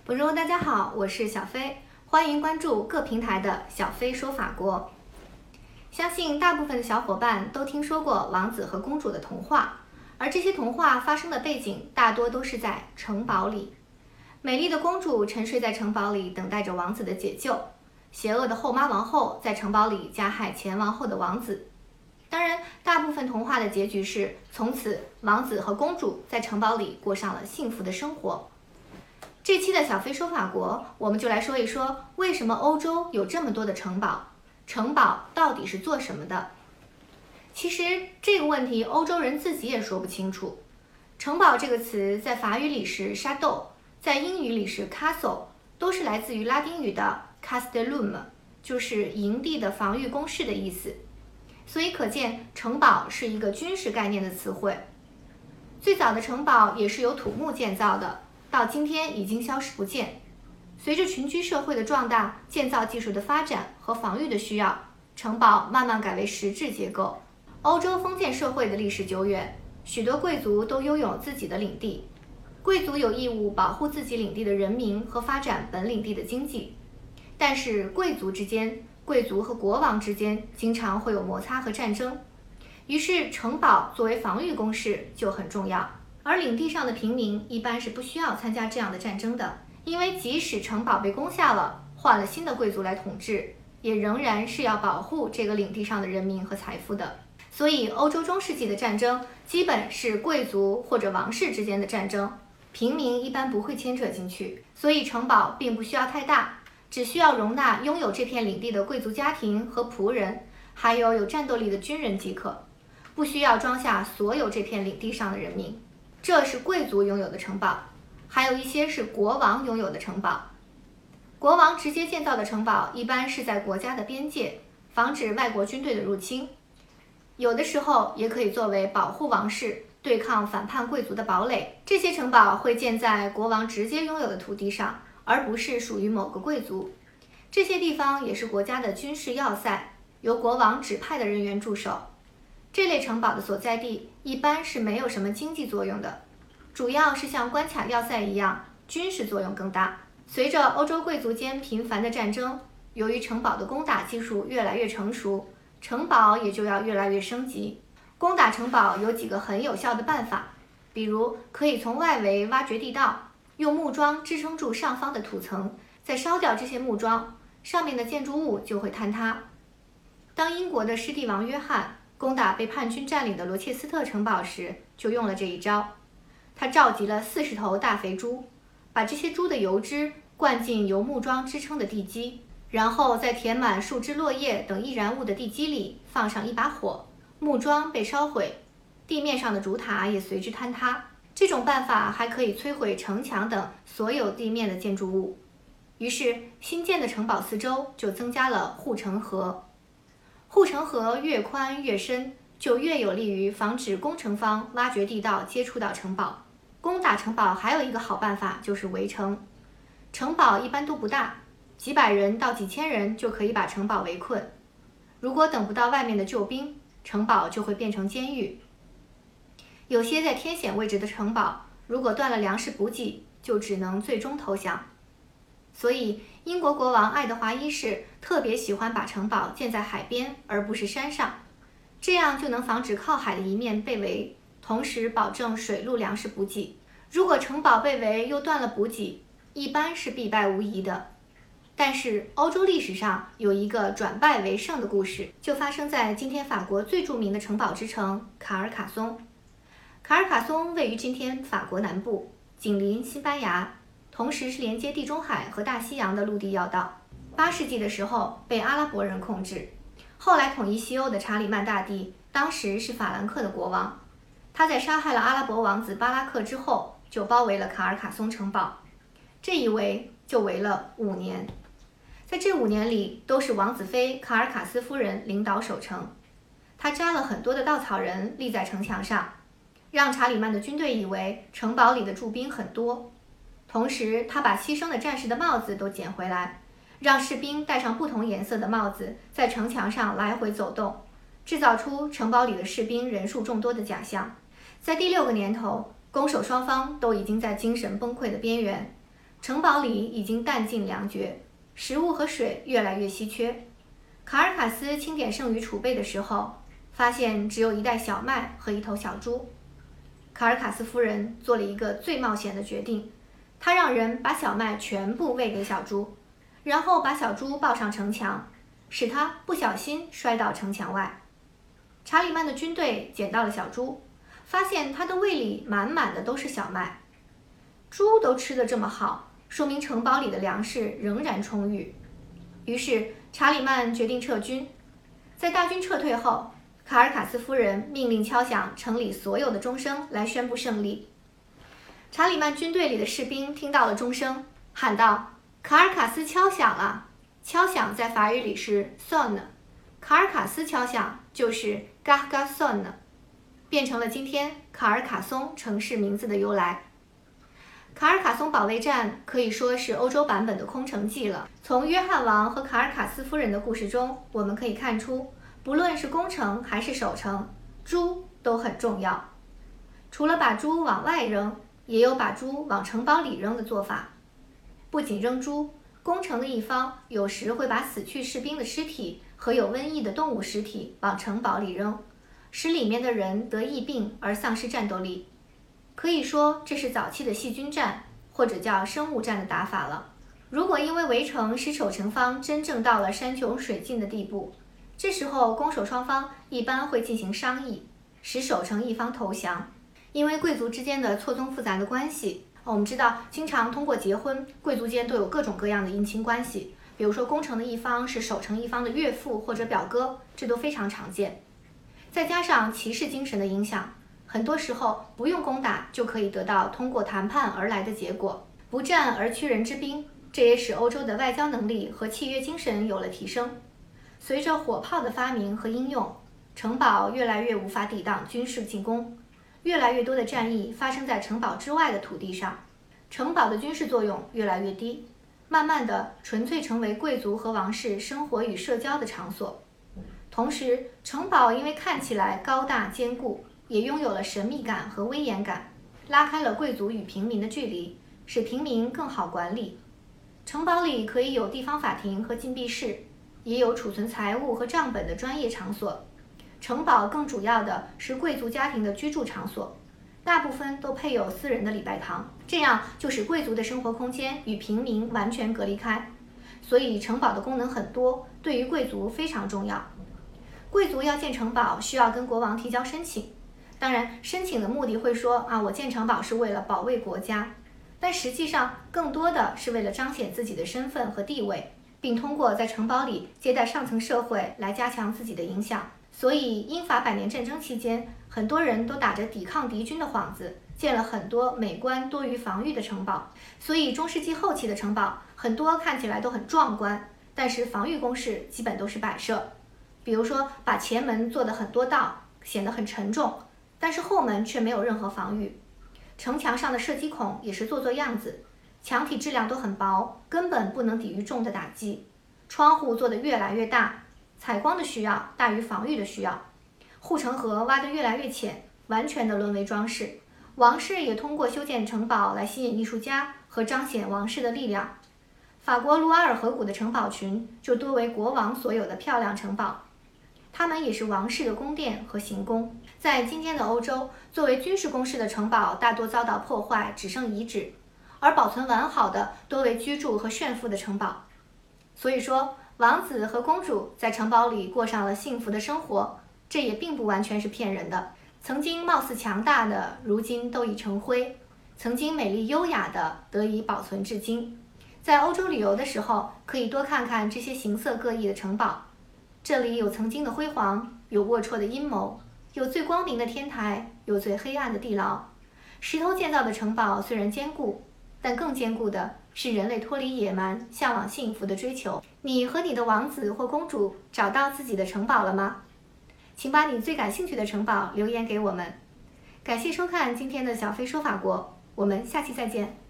Bonjour，大家好，我是小飞，欢迎关注各平台的小飞说法国。相信大部分的小伙伴都听说过王子和公主的童话，而这些童话发生的背景大多都是在城堡里。美丽的公主沉睡在城堡里，等待着王子的解救。邪恶的后妈王后在城堡里加害前王后的王子。当然，大部分童话的结局是从此王子和公主在城堡里过上了幸福的生活。这期的小飞说法国，我们就来说一说为什么欧洲有这么多的城堡，城堡到底是做什么的？其实这个问题欧洲人自己也说不清楚。城堡这个词在法语里是 chateau， 在英语里是 castle， 都是来自于拉丁语的 castellum， 就是营地的防御工事的意思。所以可见城堡是一个军事概念的词汇。最早的城堡也是由土木建造的，到今天已经消失不见。随着群居社会的壮大，建造技术的发展和防御的需要，城堡慢慢改为石质结构。欧洲封建社会的历史久远，许多贵族都拥有自己的领地，贵族有义务保护自己领地的人民和发展本领地的经济。但是贵族和国王之间经常会有摩擦和战争，于是城堡作为防御工事就很重要。而领地上的平民一般是不需要参加这样的战争的，因为即使城堡被攻下了，换了新的贵族来统治，也仍然是要保护这个领地上的人民和财富的。所以欧洲中世纪的战争基本是贵族或者王室之间的战争，平民一般不会牵扯进去，所以城堡并不需要太大，只需要容纳拥有这片领地的贵族家庭和仆人，还有战斗力的军人即可，不需要装下所有这片领地上的人民。这是贵族拥有的城堡，还有一些是国王拥有的城堡。国王直接建造的城堡一般是在国家的边界，防止外国军队的入侵，有的时候也可以作为保护王室、对抗反叛贵族的堡垒。这些城堡会建在国王直接拥有的土地上，而不是属于某个贵族。这些地方也是国家的军事要塞，由国王指派的人员驻守。这类城堡的所在地一般是没有什么经济作用的，主要是像关卡要塞一样，军事作用更大。随着欧洲贵族间频繁的战争，由于城堡的攻打技术越来越成熟，城堡也就要越来越升级。攻打城堡有几个很有效的办法，比如可以从外围挖掘地道，用木桩支撑住上方的土层，再烧掉这些木桩，上面的建筑物就会坍塌。当英国的狮地王约翰攻打被叛军占领的罗切斯特城堡时，就用了这一招。他召集了40头大肥猪，把这些猪的油脂灌进由木桩支撑的地基，然后在填满树枝、落叶等易燃物的地基里放上一把火，木桩被烧毁，地面上的竹塔也随之坍塌。这种办法还可以摧毁城墙等所有地面的建筑物。于是新建的城堡四周就增加了护城河。护城河越宽越深，就越有利于防止攻城方挖掘地道接触到城堡。攻打城堡还有一个好办法，就是围城。城堡一般都不大，几百人到几千人就可以把城堡围困。如果等不到外面的救兵，城堡就会变成监狱。有些在天险位置的城堡，如果断了粮食补给，就只能最终投降。所以英国国王爱德华一世特别喜欢把城堡建在海边而不是山上，这样就能防止靠海的一面被围，同时保证水陆粮食补给。如果城堡被围又断了补给，一般是必败无疑的。但是欧洲历史上有一个转败为胜的故事，就发生在今天法国最著名的城堡之城卡尔卡松。卡尔卡松位于今天法国南部，紧邻西班牙，同时是连接地中海和大西洋的陆地要道。8世纪的时候被阿拉伯人控制，后来统一西欧的查理曼大帝当时是法兰克的国王，他在杀害了阿拉伯王子巴拉克之后，就包围了卡尔卡松城堡。这一围就围了5年，在这5年里都是王子妃卡尔卡斯夫人领导守城。她扎了很多的稻草人立在城墙上，让查理曼的军队以为城堡里的驻兵很多。同时他把牺牲的战士的帽子都捡回来，让士兵戴上不同颜色的帽子，在城墙上来回走动，制造出城堡里的士兵人数众多的假象。在第6个年头，攻守双方都已经在精神崩溃的边缘， 城堡里已经弹尽粮绝，食物和水越来越稀缺。卡尔卡斯清点剩余储备的时候，发现只有一袋小麦和一头小猪。卡尔卡斯夫人做了一个最冒险的决定，她让人把小麦全部喂给小猪，然后把小猪抱上城墙，使它不小心摔到城墙外。查理曼的军队捡到了小猪，发现它的胃里满满的都是小麦。猪都吃得这么好，说明城堡里的粮食仍然充裕。于是查理曼决定撤军。在大军撤退后，卡尔卡斯夫人命令敲响城里所有的钟声来宣布胜利。查理曼军队里的士兵听到了钟声，喊道：“卡尔卡斯敲响了！”敲响在法语里是 sonne， 卡尔卡斯敲响就是 Carcassonne， 变成了今天卡尔卡松城市名字的由来。卡尔卡松保卫战可以说是欧洲版本的空城计了。从约翰王和卡尔卡斯夫人的故事中，我们可以看出，不论是攻城还是守城，猪都很重要。除了把猪往外扔，也有把猪往城堡里扔的做法。不仅扔猪，攻城的一方有时会把死去士兵的尸体和有瘟疫的动物尸体往城堡里扔，使里面的人得疫病而丧失战斗力。可以说这是早期的细菌战，或者叫生物战的打法了。如果因为围城使守城方真正到了山穷水尽的地步，这时候攻守双方一般会进行商议，使守城一方投降。因为贵族之间的错综复杂的关系，我们知道经常通过结婚，贵族间都有各种各样的姻亲关系，比如说攻城的一方是守城一方的岳父或者表哥，这都非常常见。再加上骑士精神的影响，很多时候不用攻打就可以得到通过谈判而来的结果，不战而屈人之兵，这也使欧洲的外交能力和契约精神有了提升。随着火炮的发明和应用，城堡越来越无法抵挡军事进攻，越来越多的战役发生在城堡之外的土地上，城堡的军事作用越来越低，慢慢的纯粹成为贵族和王室生活与社交的场所。同时，城堡因为看起来高大坚固，也拥有了神秘感和威严感，拉开了贵族与平民的距离，使平民更好管理。城堡里可以有地方法庭和禁闭室，也有储存财物和账本的专业场所。城堡更主要的是贵族家庭的居住场所，大部分都配有私人的礼拜堂，这样就使贵族的生活空间与平民完全隔离开。所以城堡的功能很多，对于贵族非常重要。贵族要建城堡，需要跟国王提交申请。当然，申请的目的会说我建城堡是为了保卫国家，但实际上更多的是为了彰显自己的身份和地位，并通过在城堡里接待上层社会来加强自己的影响。所以英法百年战争期间，很多人都打着抵抗敌军的幌子，建了很多美观多于防御的城堡。所以中世纪后期的城堡很多看起来都很壮观，但是防御工事基本都是摆设。比如说把前门做得很多道，显得很沉重，但是后门却没有任何防御。城墙上的射击孔也是做做样子，墙体质量都很薄，根本不能抵御重的打击。窗户做得越来越大，采光的需要大于防御的需要。护城河挖得越来越浅，完全的沦为装饰。王室也通过修建城堡来吸引艺术家和彰显王室的力量。法国卢瓦尔河谷的城堡群就多为国王所有的漂亮城堡，它们也是王室的宫殿和行宫。在今天的欧洲，作为军事工事的城堡大多遭到破坏，只剩遗址，而保存完好的多为居住和炫富的城堡。所以说，王子和公主在城堡里过上了幸福的生活，这也并不完全是骗人的。曾经貌似强大的，如今都已成灰；曾经美丽优雅的，得以保存至今。在欧洲旅游的时候，可以多看看这些形色各异的城堡。这里有曾经的辉煌，有龌龊的阴谋，有最光明的天台，有最黑暗的地牢。石头建造的城堡虽然坚固，但更坚固的是人类脱离野蛮、向往幸福的追求。你和你的王子或公主找到自己的城堡了吗？请把你最感兴趣的城堡留言给我们。感谢收看今天的小飞说法国，我们下期再见。